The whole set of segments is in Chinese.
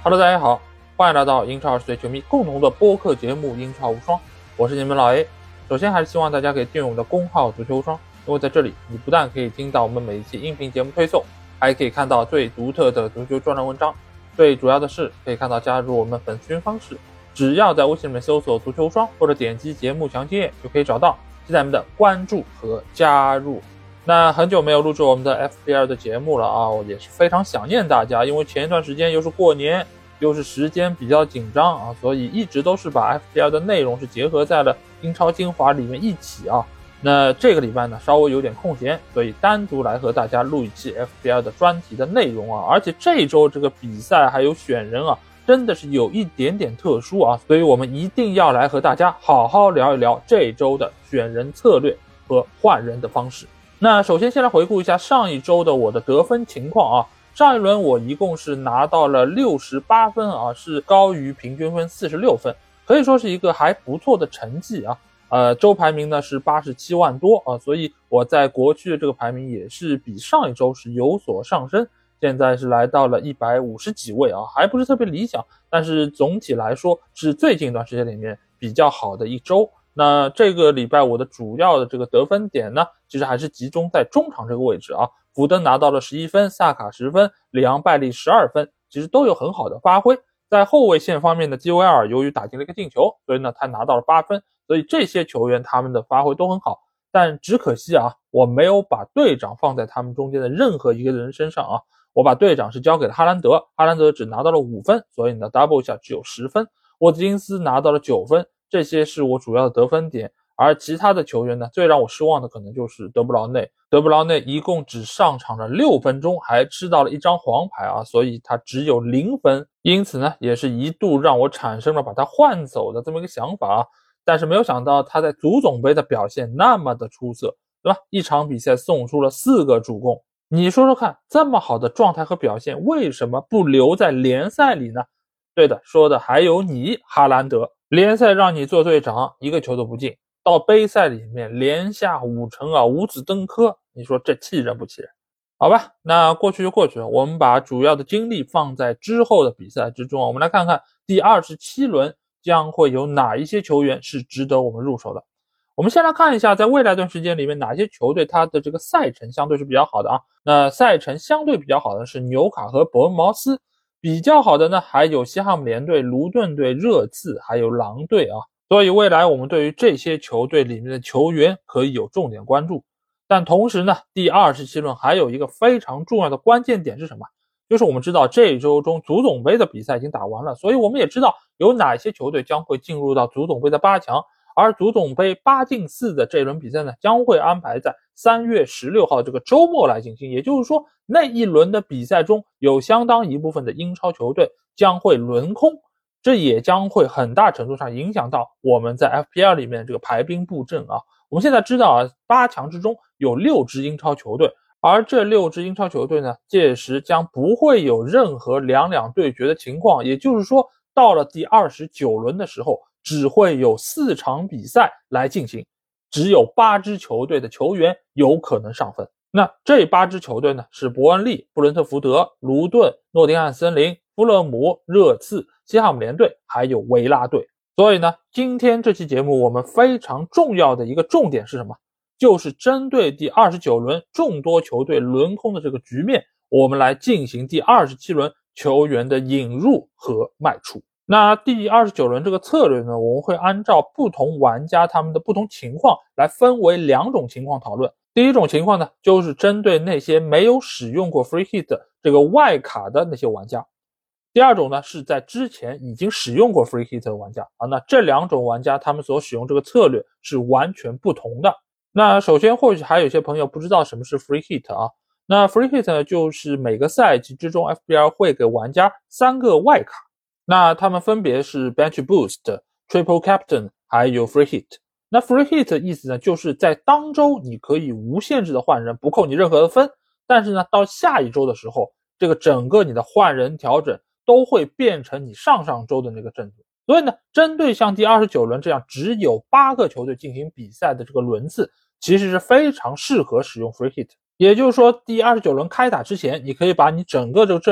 Hello， 大家好，欢迎来到英超20岁球迷共同的播客节目英超无双，我是你们老 A。首先还是希望大家可以订阅我们的公号足球无双，因为在这里你不但可以听到我们每一期音频节目推送，还可以看到最独特的足球专栏文章。最主要的是可以看到加入我们粉丝群方式，只要在微信里面搜索足球无双或者点击节目详情页就可以找到，期待你们的关注和加入。那很久没有录制我们的 FPL 的节目了啊，我也是非常想念大家，因为前一段时间又是过年，又是时间比较紧张啊，所以一直都是把 FPL 的内容是结合在了英超精华里面一起啊。那这个礼拜呢稍微有点空闲，所以单独来和大家录一期 FPL 的专题的内容啊。而且这周这个比赛还有选人啊，真的是有一点点特殊啊，所以我们一定要来和大家好好聊一聊这周的选人策略和换人的方式。那首先先来回顾一下上一周的我的得分情况啊。上一轮我一共是拿到了68分啊，是高于平均分46分，可以说是一个还不错的成绩啊。周排名呢是87万多啊，所以我在国区的这个排名也是比上一周是有所上升，现在是来到了150几位啊，还不是特别理想，但是总体来说是最近一段时间里面比较好的一周。那这个礼拜我的主要的这个得分点呢，其实还是集中在中场这个位置啊。福登拿到了11分，萨卡10分，里昂拜利12分，其实都有很好的发挥。在后卫线方面的基维尔由于打进了一个进球，所以呢他拿到了8分，所以这些球员他们的发挥都很好。但只可惜啊，我没有把队长放在他们中间的任何一个人身上啊。我把队长是交给了哈兰德，哈兰德只拿到了5分，所以呢 double 一下只有10分。沃兹金斯拿到了9分，这些是我主要的得分点。而其他的球员呢，最让我失望的可能就是德布劳内。德布劳内一共只上场了6分钟，还吃到了1张黄牌啊，所以他只有0分。因此呢，也是一度让我产生了把他换走的这么一个想法啊。但是没有想到他在足总杯的表现那么的出色，对吧？一场比赛送出了4个助攻。你说说看，这么好的状态和表现，为什么不留在联赛里呢？对的，说的还有你，哈兰德。联赛让你做队长，一个球都不进。到杯赛里面连下5城啊，五子登科，你说这气人不气人？好吧，那过去就过去了，我们把主要的精力放在之后的比赛之中。我们来看看第27轮将会有哪一些球员是值得我们入手的。我们先来看一下在未来一段时间里面哪些球队它的这个赛程相对是比较好的啊。那赛程相对比较好的是纽卡和伯恩茅斯，比较好的呢还有西汉姆联队、卢顿队、热刺还有狼队啊。所以未来我们对于这些球队里面的球员可以有重点关注。但同时呢，第27轮还有一个非常重要的关键点是什么？就是我们知道这一周中足总杯的比赛已经打完了，所以我们也知道有哪些球队将会进入到足总杯的8强，而足总杯8进4的这一轮比赛呢，将会安排在3月16号这个周末来进行。也就是说，那一轮的比赛中有相当一部分的英超球队将会轮空，这也将会很大程度上影响到我们在 FPL 里面这个排兵布阵啊。我们现在知道啊，8强之中有6支英超球队，而这6支英超球队呢，届时将不会有任何两对决的情况。也就是说，到了第29轮的时候，只会有4场比赛来进行，只有8支球队的球员有可能上分。那这8支球队呢，是伯恩利、布伦特福德、卢顿、诺丁汉森林、富勒姆、热刺、西汉姆联队还有维拉队。所以呢，今天这期节目我们非常重要的一个重点是什么？就是针对第29轮众多球队轮空的这个局面，我们来进行第27轮球员的引入和卖出。那第29轮这个策略呢，我们会按照不同玩家他们的不同情况来分为2种情况讨论。第一种情况呢，就是针对那些没有使用过 Free Hit 这个外卡的那些玩家。第二种呢，是在之前已经使用过 Free Hit 的玩家啊。那这2种玩家他们所使用这个策略是完全不同的。那首先或许还有一些朋友不知道什么是 Free Hit 啊。那 Free Hit 呢，就是每个赛季之中 FPL 会给玩家3个外卡，那他们分别是 Bench Boost、Triple Captain 还有 Free Hit。那 Free Hit 的意思呢，就是在当周你可以无限制的换人，不扣你任何的分，但是呢，到下一周的时候，这个整个你的换人调整都会变成你上周的那个阵容。所以呢，针对像第29轮这样只有8个球队进行比赛的这个轮次，其实是非常适合使用 Free Hit。也就是说，第29轮开打之前，你可以把你整个这个阵容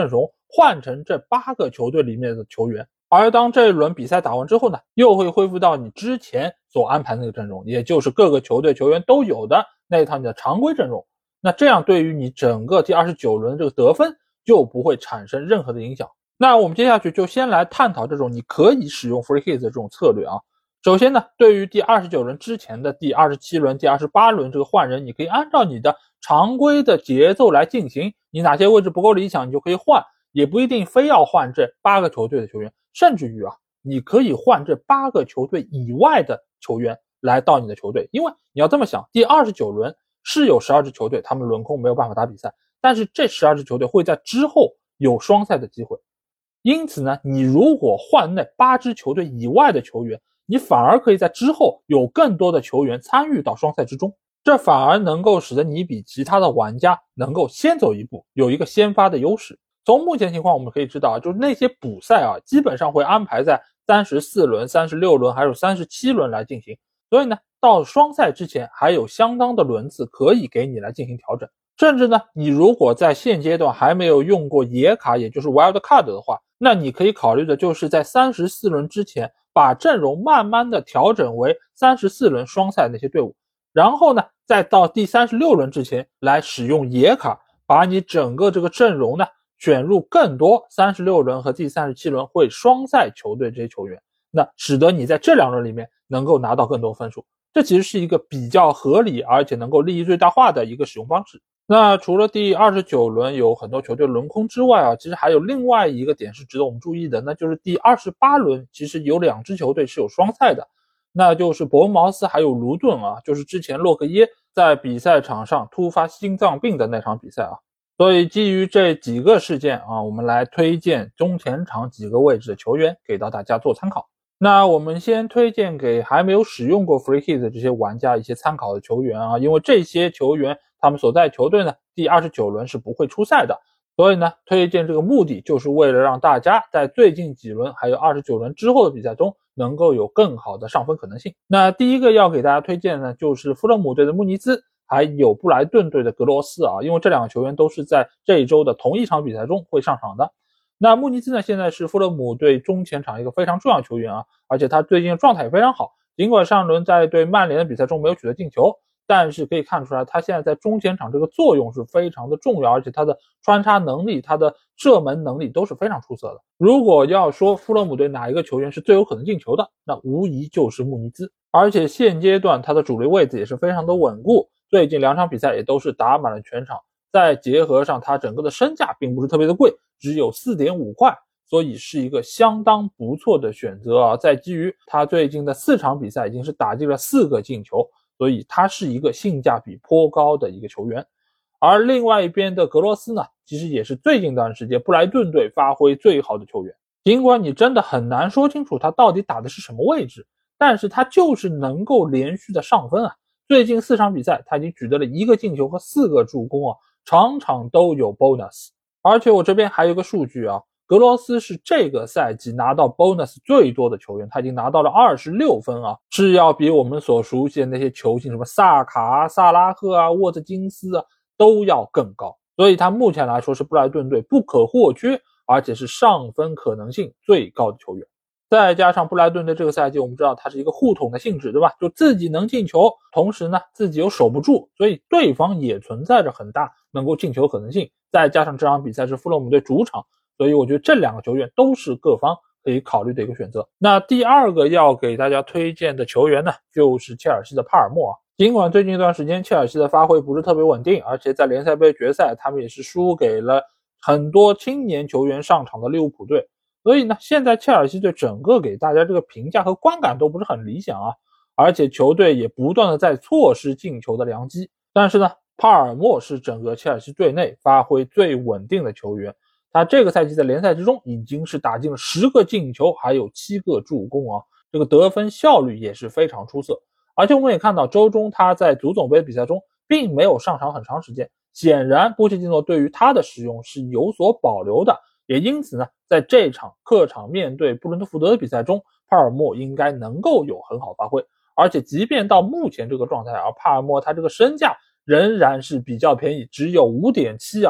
换成这8个球队里面的球员，而当这一轮比赛打完之后呢，又会恢复到你之前所安排的那个阵容，也就是各个球队球员都有的那一套你的常规阵容。那这样对于你整个第29轮这个得分就不会产生任何的影响。那我们接下去就先来探讨这种你可以使用 free hit 的这种策略啊。首先呢，对于第29轮之前的第27轮、第28轮这个换人，你可以按照你的常规的节奏来进行，你哪些位置不够理想你就可以换，也不一定非要换这8个球队的球员，甚至于你可以换这8个球队以外的球员来到你的球队。因为你要这么想，第29轮是有12支球队他们轮空没有办法打比赛，但是这12支球队会在之后有双赛的机会，因此呢，你如果换那8支球队以外的球员，你反而可以在之后有更多的球员参与到双赛之中，这反而能够使得你比其他的玩家能够先走一步，有一个先发的优势。从目前情况我们可以知道，就是那些补赛基本上会安排在34轮、36轮还有37轮来进行，所以呢，到双赛之前还有相当的轮次可以给你来进行调整。甚至呢，你如果在现阶段还没有用过野卡，也就是 Wild Card 的话，那你可以考虑的就是在34轮之前把阵容慢慢的调整为34轮双赛那些队伍，然后呢，再到第36轮之前来使用野卡，把你整个这个阵容呢选入更多36轮和第37轮会双赛球队这些球员，那使得你在这2轮里面能够拿到更多分数。这其实是一个比较合理而且能够利益最大化的一个使用方式。那除了第29轮有很多球队轮空之外其实还有另外一个点是值得我们注意的，那就是第28轮其实有2支球队是有双赛的，那就是伯恩茅斯还有卢顿就是之前洛克耶在比赛场上突发心脏病的那场比赛所以基于这几个事件我们来推荐中前场几个位置的球员给到大家做参考。那我们先推荐给还没有使用过 free hit 的这些玩家一些参考的球员因为这些球员他们所在球队呢第29轮是不会出赛的，所以呢推荐这个目的就是为了让大家在最近几轮还有29轮之后的比赛中能够有更好的上分可能性。那第一个要给大家推荐呢就是富勒姆队的穆尼兹还有布莱顿队的格罗斯因为这2个球员都是在这一周的同一场比赛中会上场的。那穆尼兹呢现在是富勒姆队中前场一个非常重要球员而且他最近的状态也非常好，尽管上轮在对曼联的比赛中没有取得进球，但是可以看出来他现在在中前场这个作用是非常的重要，而且他的穿插能力他的射门能力都是非常出色的。如果要说富勒姆队哪一个球员是最有可能进球的，那无疑就是穆尼兹，而且现阶段他的主力位置也是非常的稳固，最近2场比赛也都是打满了全场，再结合上他整个的身价并不是特别的贵，只有 4.5 块，所以是一个相当不错的选择在基于他最近的4场比赛已经是打进了4个进球，所以他是一个性价比颇高的一个球员。而另外一边的格罗斯呢，其实也是最近一段时间布莱顿队发挥最好的球员，尽管你真的很难说清楚他到底打的是什么位置，但是他就是能够连续的上分最近4场比赛他已经取得了1个进球和4个助攻场场都有 bonus。 而且我这边还有个数据格罗斯是这个赛季拿到 bonus 最多的球员，他已经拿到了26分是要比我们所熟悉的那些球星什么萨卡萨拉赫沃特金斯都要更高，所以他目前来说是布莱顿队不可或缺而且是上分可能性最高的球员。再加上布莱顿队这个赛季我们知道它是一个互捅的性质，对吧？就自己能进球，同时呢自己又守不住，所以对方也存在着很大能够进球可能性。再加上这场比赛是富勒姆队主场，所以我觉得这2个球员都是各方可以考虑的一个选择。那第2个要给大家推荐的球员呢，就是切尔西的帕尔默尽管最近一段时间切尔西的发挥不是特别稳定，而且在联赛杯决赛他们也是输给了很多青年球员上场的利物浦队，所以呢现在切尔西队整个给大家这个评价和观感都不是很理想而且球队也不断的在错失进球的良机。但是呢帕尔默是整个切尔西队内发挥最稳定的球员，他这个赛季在联赛之中已经是打进了10个进球还有7个助攻这个得分效率也是非常出色。而且我们也看到周中他在足总杯比赛中并没有上场很长时间，显然波切蒂诺对于他的使用是有所保留的，也因此呢在这场客场面对布伦特福德的比赛中，帕尔默应该能够有很好发挥。而且即便到目前这个状态帕尔默他这个身价仍然是比较便宜，只有 5.7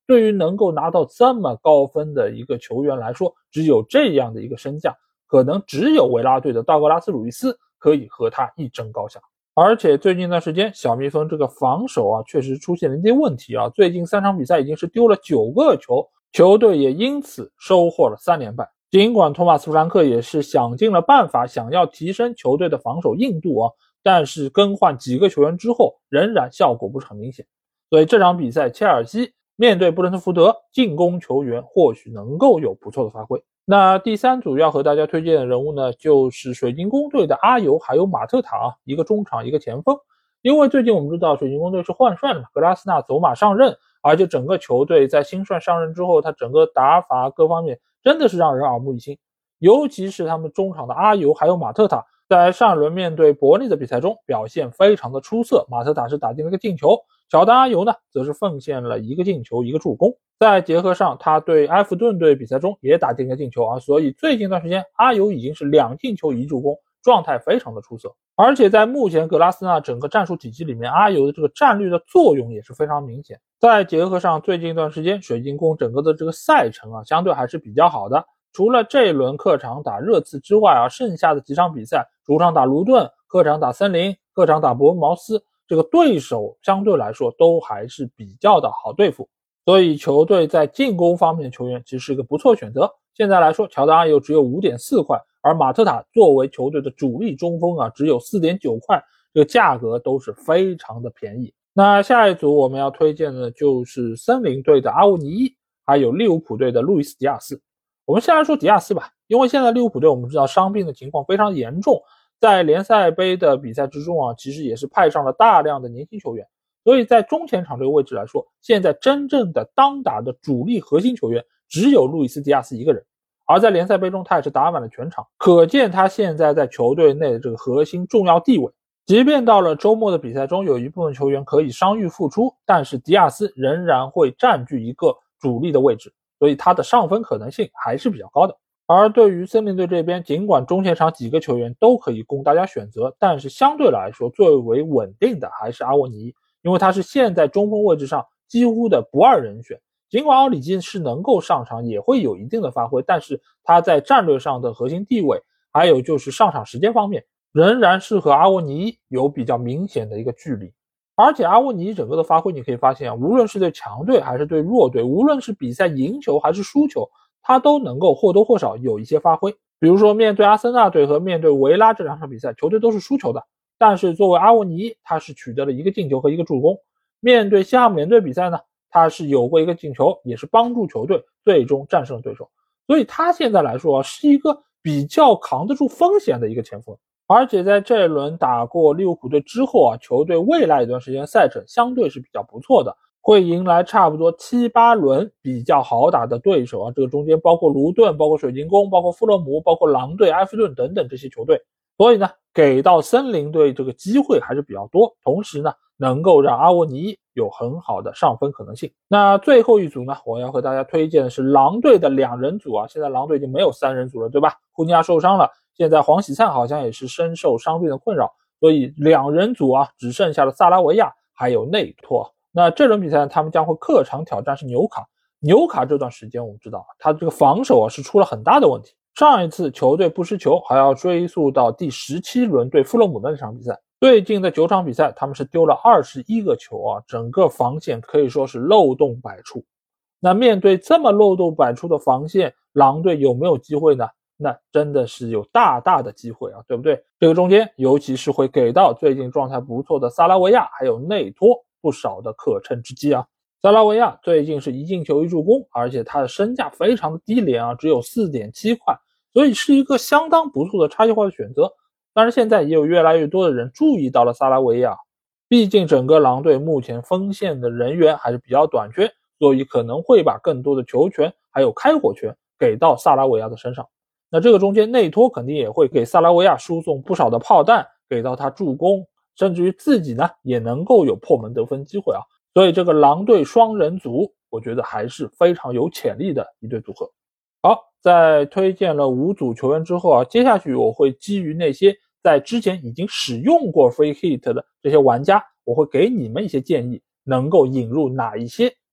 对于能够拿到这么高分的一个球员来说，只有这样的一个身价，可能只有维拉队的道格拉斯·鲁伊斯可以和他一争高下。而且最近一段时间，小蜜蜂这个防守确实出现了一些问题最近3场比赛已经是丢了9个球，球队也因此收获了3连败。尽管托马斯·弗兰克也是想尽了办法想要提升球队的防守硬度但是更换几个球员之后，仍然效果不是很明显。所以这场比赛切尔西面对布伦特福德，进攻球员或许能够有不错的发挥。那第3组要和大家推荐的人物呢，就是水晶宫队的阿尤还有马特塔，一个中场一个前锋。因为最近我们知道水晶宫队是换帅了嘛，格拉斯纳走马上任，而且整个球队在新帅上任之后，他整个打法各方面真的是让人耳目一新。尤其是他们中场的阿尤还有马特塔，在上一轮面对伯利的比赛中表现非常的出色，马特塔是打进了一个进球，乔丹阿尤呢则是奉献了1个进球1个助攻。再结合上他对埃弗顿队比赛中也打进了进球所以最近一段时间阿尤已经是2进球1助攻，状态非常的出色。而且在目前格拉斯纳整个战术体系里面，阿尤的这个战略的作用也是非常明显。再结合上最近一段时间水晶宫整个的这个赛程相对还是比较好的，除了这一轮客场打热刺之外剩下的几场比赛，主场打卢顿，客场打森林，客场打伯恩茅斯，这个对手相对来说都还是比较的好对付。所以球队在进攻方面的球员其实是一个不错选择。现在来说，乔丹阿尤只有 5.4 块，而马特塔作为球队的主力中锋只有 4.9 块，这个价格都是非常的便宜。那下一组我们要推荐的就是森林队的阿沃尼伊，还有利物浦队的路易斯·迪亚斯。我们先来说迪亚斯吧，因为现在利物浦队我们知道伤病的情况非常严重，在联赛杯的比赛之中其实也是派上了大量的年轻球员，所以在中前场这个位置来说，现在真正的当打的主力核心球员只有路易斯·迪亚斯一个人，而在联赛杯中他也是打满了全场，可见他现在在球队内的这个核心重要地位。即便到了周末的比赛中有一部分球员可以伤愈复出，但是迪亚斯仍然会占据一个主力的位置，所以他的上分可能性还是比较高的。而对于森林队这边，尽管中前场几个球员都可以供大家选择，但是相对来说最为稳定的还是阿沃尼伊，因为他是现在中锋位置上几乎的不二人选。尽管奥里吉是能够上场也会有一定的发挥，但是他在战略上的核心地位还有就是上场时间方面仍然是和阿沃尼伊有比较明显的一个距离。而且阿沃尼伊整个的发挥你可以发现无论是对强队还是对弱队，无论是比赛赢球还是输球，他都能够或多或少有一些发挥。比如说面对阿森纳队和面对维拉这2场比赛，球队都是输球的，但是作为阿沃尼伊，他是取得了1个进球和1个助攻。面对西汉姆联队比赛呢，他是有过1个进球，也是帮助球队最终战胜了对手。所以他现在来说是一个比较扛得住风险的一个前锋。而且在这一轮打过利物浦队之后球队未来一段时间赛程相对是比较不错的，会迎来差不多7、8轮比较好打的对手这个中间包括卢顿，包括水晶宫，包括富勒姆，包括狼队、埃弗顿等等这些球队。所以呢，给到森林队这个机会还是比较多，同时呢，能够让阿沃尼伊有很好的上分可能性。那最后一组呢，我要和大家推荐的是狼队的2人组现在狼队已经没有3人组了，对吧？库尼亚受伤了，现在黄喜灿好像也是深受伤病的困扰，所以2人组只剩下了萨拉维亚还有内托。那这轮比赛他们将会客场挑战是纽卡。纽卡这段时间我们知道他这个防守是出了很大的问题，上一次球队不失球还要追溯到第17轮对富勒姆的那场比赛。最近的9场比赛他们是丢了21个球整个防线可以说是漏洞百出。那面对这么漏洞百出的防线，狼队有没有机会呢？那真的是有大大的机会对不对？这个中间尤其是会给到最近状态不错的萨拉维亚还有内托不少的可乘之机萨拉维亚最近是1进球1助攻，而且他的身价非常的低廉只有 4.7 块，所以是一个相当不错的差异化的选择。当然现在也有越来越多的人注意到了萨拉维亚，毕竟整个狼队目前锋线的人员还是比较短缺，所以可能会把更多的球权还有开火权给到萨拉维亚的身上。那这个中间内托肯定也会给萨拉维亚输送不少的炮弹，给到他助攻，甚至于自己呢也能够有破门得分机会所以这个狼队双人组我觉得还是非常有潜力的一对组合。好，在推荐了5组球员之后接下去我会基于那些在之前已经使用过 Free Hit 的这些玩家，我会给你们一些建议，能够引入哪一些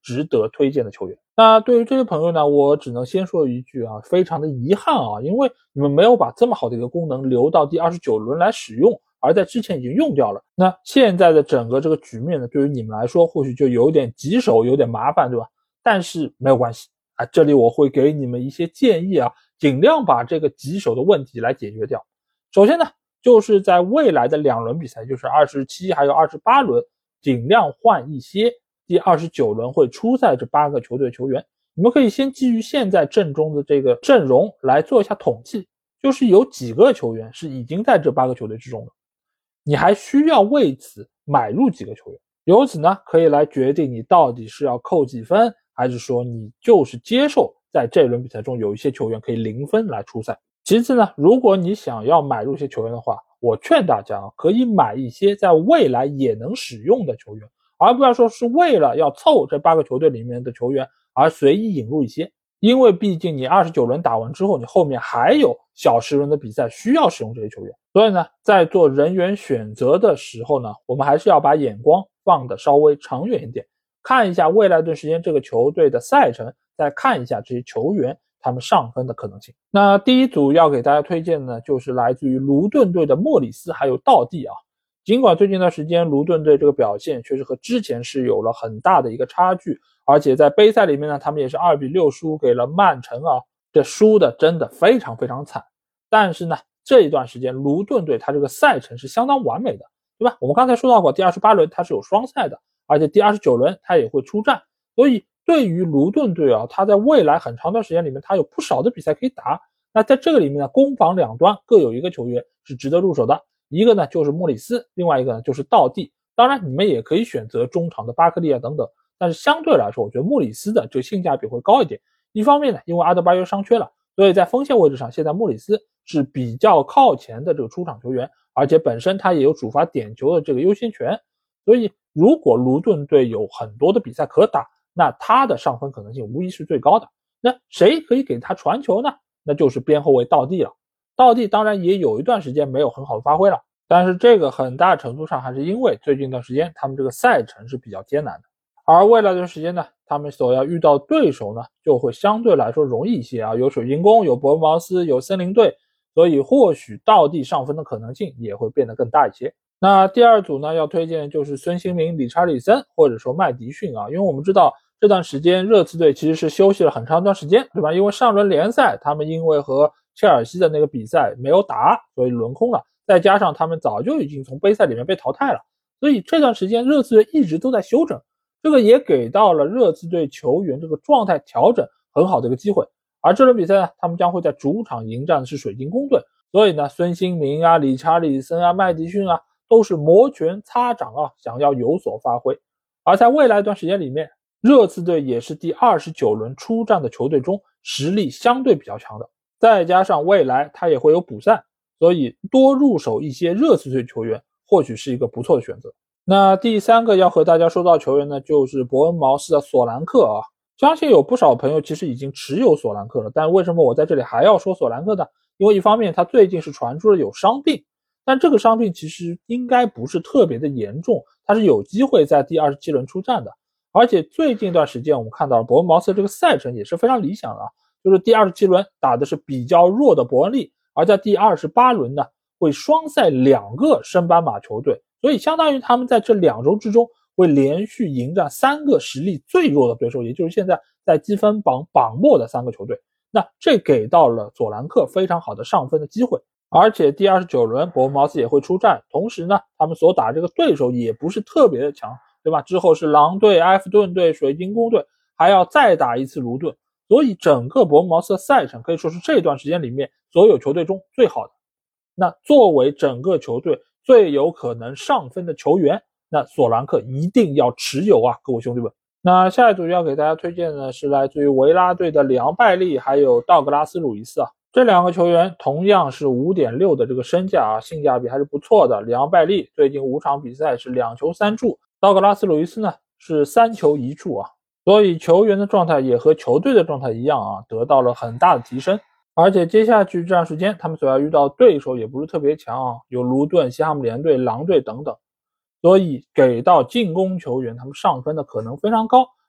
值得推荐的球员。那对于这些朋友呢，我只能先说一句啊，非常的遗憾啊，因为你们没有把这么好的一个功能留到第29轮来使用，而在之前已经用掉了。那现在的整个这个局面呢，对于你们来说或许就有点棘手，有点麻烦，对吧？但是没有关系啊，这里我会给你们一些建议啊，尽量把这个棘手的问题来解决掉。首先呢，就是在未来的2轮比赛，就是27还有28轮，尽量换一些第29轮会出赛这8个球队球员。你们可以先基于现在阵中的这个阵容来做一下统计，就是有几个球员是已经在这8个球队之中的，你还需要为此买入几个球员，由此呢可以来决定你到底是要扣几分，还是说你就是接受在这轮比赛中有一些球员可以0分来出赛。其次呢，如果你想要买入一些球员的话，我劝大家可以买一些在未来也能使用的球员，而不要说是为了要凑这8个球队里面的球员而随意引入一些，因为毕竟你29轮打完之后，你后面还有小10轮的比赛需要使用这些球员。所以呢，在做人员选择的时候呢，我们还是要把眼光放得稍微长远一点，看一下未来一段时间这个球队的赛程，再看一下这些球员他们上分的可能性。那第一组要给大家推荐呢，就是来自于卢顿队的莫里斯还有道蒂啊。尽管最近一段时间卢顿队这个表现确实和之前是有了很大的一个差距，而且在杯赛里面呢，他们也是2-6输给了曼城啊，这输的真的非常非常惨。但是呢，这一段时间卢顿队他这个赛程是相当完美的，对吧？我们刚才说到过，第28轮他是有双赛的，而且第29轮他也会出战，所以对于卢顿队啊，他在未来很长段时间里面他有不少的比赛可以打。那在这个里面呢，攻防两端各有一个球员是值得入手的，一个呢就是莫里斯，另外一个呢就是道蒂。当然你们也可以选择中场的巴克利啊等等，但是相对来说我觉得莫里斯的这个性价比会高一点。一方面呢，因为阿德巴约伤缺了，所以在锋线位置上现在莫里斯是比较靠前的这个出场球员，而且本身他也有主罚点球的这个优先权，所以如果卢顿队有很多的比赛可打，那他的上分可能性无疑是最高的。那谁可以给他传球呢？那就是边后卫道蒂了。道蒂当然也有一段时间没有很好的发挥了，但是这个很大程度上还是因为最近一段时间他们这个赛程是比较艰难的，而未来这段时间呢，他们所要遇到对手呢就会相对来说容易一些啊，有水晶宫，有伯恩茅斯，有森林队，所以或许道蒂上分的可能性也会变得更大一些。那第二组呢，要推荐的就是孙兴民、理查利森或者说麦迪逊啊，因为我们知道这段时间热刺队其实是休息了很长一段时间，对吧？因为上轮联赛他们因为和切尔西的那个比赛没有打，所以轮空了，再加上他们早就已经从杯赛里面被淘汰了，所以这段时间热刺队一直都在休整，这个也给到了热刺队球员这个状态调整很好的一个机会。而这轮比赛呢，他们将会在主场迎战的是水晶宫队，所以呢，孙兴民啊、理查利森啊、麦迪逊啊都是摩拳擦掌啊，想要有所发挥。而在未来一段时间里面，热刺队也是第29轮出战的球队中实力相对比较强的，再加上未来他也会有补赛，所以多入手一些热刺队球员或许是一个不错的选择。那第三个要和大家说到球员呢，就是伯恩茅斯的索兰克啊。相信有不少朋友其实已经持有索兰克了，但为什么我在这里还要说索兰克呢？因为一方面他最近是传出了有伤病，但这个伤病其实应该不是特别的严重，他是有机会在第27轮出战的。而且最近一段时间我们看到了伯恩茅斯这个赛程也是非常理想的啊，就是第27轮打的是比较弱的伯恩利，而在第28轮呢会双赛2个升班马球队，所以相当于他们在这2周之中会连续迎战3个实力最弱的对手，也就是现在在积分榜榜末的3个球队。那这给到了索兰克非常好的上分的机会，而且第29轮伯恩茅斯也会出战，同时呢他们所打这个对手也不是特别的强，对吧？之后是狼队、埃弗顿队、水晶宫队，还要再打一次卢顿，所以整个伯恩茅斯的赛程可以说是这段时间里面所有球队中最好的。那作为整个球队最有可能上分的球员，那索兰克一定要持有啊，各位兄弟们。那下一组要给大家推荐的是来自于维拉队的里昂拜利还有道格拉斯鲁伊斯啊，这2个球员同样是 5.6 的这个身价啊，性价比还是不错的。里昂拜利最近5场比赛是2球3助，道格拉斯鲁伊斯呢是3球1助啊，所以球员的状态也和球队的状态一样啊，得到了很大的提升。而且接下去这段时间他们所要遇到对手也不是特别强啊，有卢顿、西汉姆联队、狼队等等，所以给到进攻球员他们上分的可能非常高，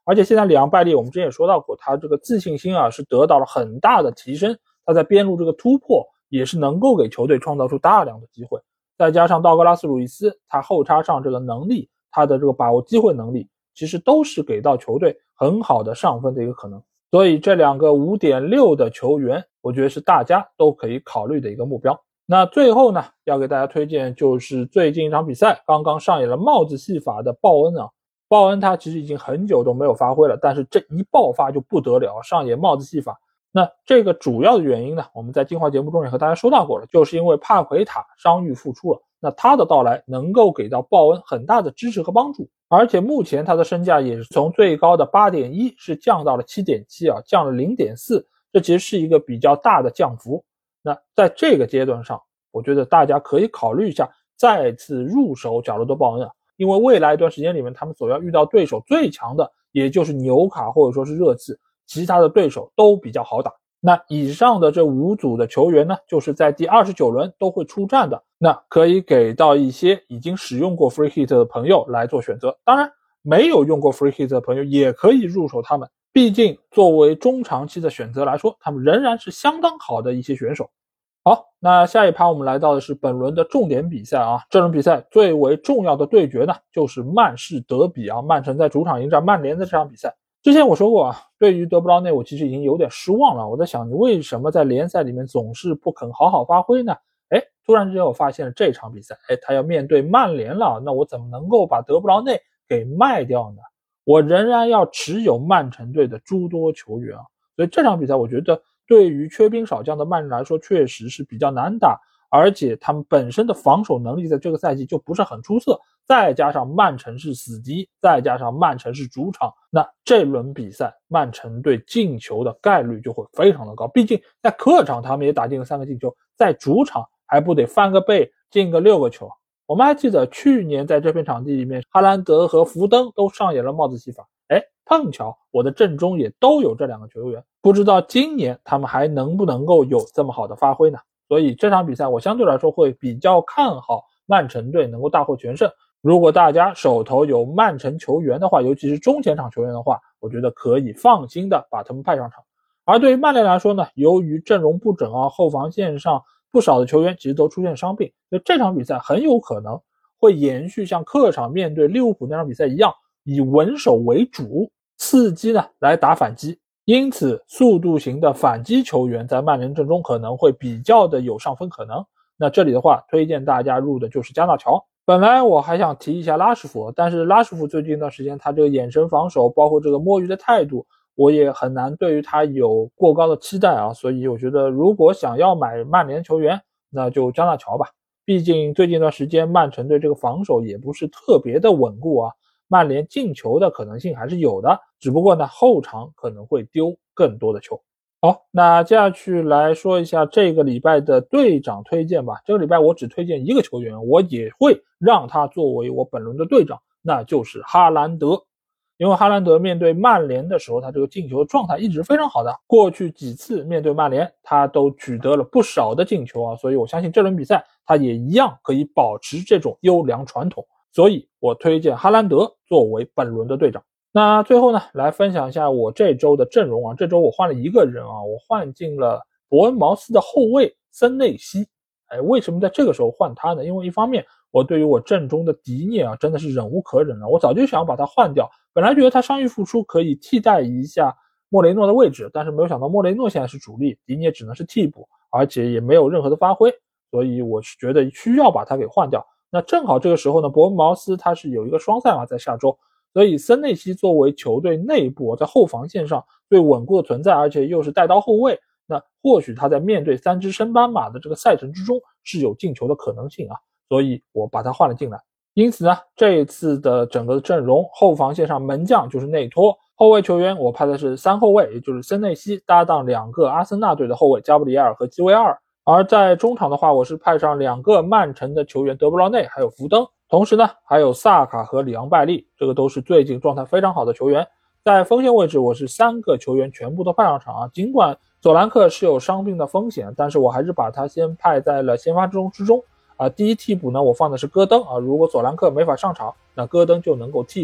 而且现在里昂拜利我们之前也说到过，他这个自信心是得到了很大的提升，他在边路这个突破也是能够给球队创造出大量的机会，再加上道格拉斯鲁伊斯他后插上这个能力，他的这个把握机会能力，其实都是给到球队很好的上分的一个可能。所以这两个 5.6 的球员，我觉得是大家都可以考虑的一个目标。那最后呢，要给大家推荐就是最近一场比赛刚刚上演了帽子戏法的鲍恩鲍恩他其实已经很久都没有发挥了，但是这一爆发就不得了，上演帽子戏法。那这个主要的原因呢，我们在进化节目中也和大家说到过了，就是因为帕奎塔伤愈复出了，那他的到来能够给到鲍恩很大的支持和帮助，而且目前他的身价也是从最高的 8.1 是降到了 7.7 降了 0.4， 这其实是一个比较大的降幅。那在这个阶段上，我觉得大家可以考虑一下再次入手角罗德鲍恩因为未来一段时间里面他们所要遇到对手最强的也就是纽卡或者说是热刺，其他的对手都比较好打。那以上的这5组的球员呢，就是在第29轮都会出战的，那可以给到一些已经使用过 free hit 的朋友来做选择，当然没有用过 free hit 的朋友也可以入手他们，毕竟作为中长期的选择来说，他们仍然是相当好的一些选手。好，那下一趴我们来到的是本轮的重点比赛这轮比赛最为重要的对决呢，就是曼市德比曼城在主场迎战曼联的这场比赛。之前我说过对于德布劳内我其实已经有点失望了，我在想你为什么在联赛里面总是不肯好好发挥呢？突然之间我发现了这场比赛他要面对曼联了，那我怎么能够把德布劳内给卖掉呢？我仍然要持有曼城队的诸多球员所以这场比赛我觉得对于缺兵少将的曼城来说确实是比较难打，而且他们本身的防守能力在这个赛季就不是很出色，再加上曼城是死敌，再加上曼城是主场，那这轮比赛曼城队进球的概率就会非常的高，毕竟在客场他们也打进了3个进球，在主场还不得翻个倍进个6个球。我们还记得去年在这片场地里面，哈兰德和福登都上演了帽子戏法，碰巧我的阵中也都有这2个球员，不知道今年他们还能不能够有这么好的发挥呢？所以这场比赛我相对来说会比较看好曼城队能够大获全胜。如果大家手头有曼城球员的话，尤其是中前场球员的话，我觉得可以放心的把他们派上场。而对于曼联来说呢，由于阵容不整后防线上不少的球员其实都出现伤病，所以这场比赛很有可能会延续像客场面对利物浦那场比赛一样，以稳守为主，伺机呢来打反击。因此速度型的反击球员在曼联阵中可能会比较的有上分可能。那这里的话推荐大家入的就是加纳乔。本来我还想提一下拉什福，但是拉什福最近一段时间他这个眼神防守包括这个摸鱼的态度，我也很难对于他有过高的期待所以我觉得如果想要买曼联球员，那就加纳乔吧。毕竟最近一段时间曼城队这个防守也不是特别的稳固曼联进球的可能性还是有的，只不过呢后场可能会丢更多的球。好，那接下去来说一下这个礼拜的队长推荐吧。这个礼拜我只推荐一个球员，我也会让他作为我本轮的队长，那就是哈兰德。因为哈兰德面对曼联的时候，他这个进球状态一直非常好的，过去几次面对曼联他都取得了不少的进球所以我相信这轮比赛他也一样可以保持这种优良传统，所以我推荐哈兰德作为本轮的队长。那最后呢，来分享一下我这周的阵容这周我换了一个人我换进了伯恩茅斯的后卫森内西。为什么在这个时候换他呢？因为一方面我对于我阵中的迪涅真的是忍无可忍了，我早就想把他换掉，本来觉得他伤愈复出可以替代一下莫雷诺的位置，但是没有想到莫雷诺现在是主力，迪涅只能是替补，而且也没有任何的发挥，所以我是觉得需要把他给换掉。那正好这个时候呢，伯恩茅斯他是有一个双赛在下周，所以森内西作为球队内部在后防线上最稳固的存在，而且又是带刀后卫，那或许他在面对3支升班马的这个赛程之中是有进球的可能性所以我把他换了进来。因此呢，这一次的整个阵容后防线上门将就是内托，后卫球员我派的是3后卫，也就是森内西搭档2个阿森纳队的后卫加布里埃尔和基维尔，而在中场的话我是派上2个曼城的球员德布劳内还有福登，同时呢还有萨卡和里昂拜利，这个都是最近状态非常好的球员。在锋线位置我是3个球员全部都派上场尽管佐兰克是有伤病的风险，但是我还是把他先派在了先发之中第一替补呢我放的是戈登如果佐兰克没法上场，那戈登就能够替补。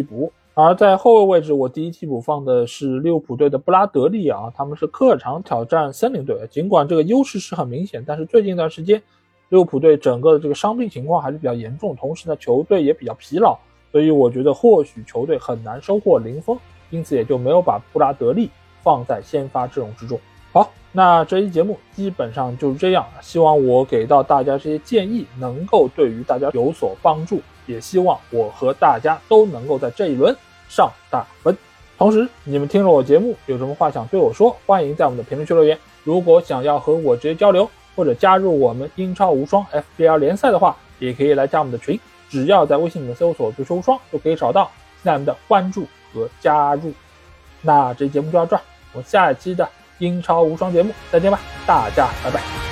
而在后卫位置，我第一替补放的是利物浦队的布拉德利啊，他们是客场挑战森林队。尽管这个优势是很明显，但是最近一段时间，利物浦队整个的这个伤病情况还是比较严重，同时呢，球队也比较疲劳，所以我觉得或许球队很难收获零封，因此也就没有把布拉德利放在先发阵容之中。好，那这一节目基本上就是这样，希望我给到大家这些建议能够对于大家有所帮助，也希望我和大家都能够在这一轮上大分。同时你们听了我节目有什么话想对我说，欢迎在我们的评论区留言。如果想要和我直接交流或者加入我们英超无双 FPL 联赛的话，也可以来加我们的群，只要在微信里面搜索足球无双就可以找到，现在我们的关注和加入。那这期节目就到这儿，我们下一期的英超无双节目再见吧，大家拜拜。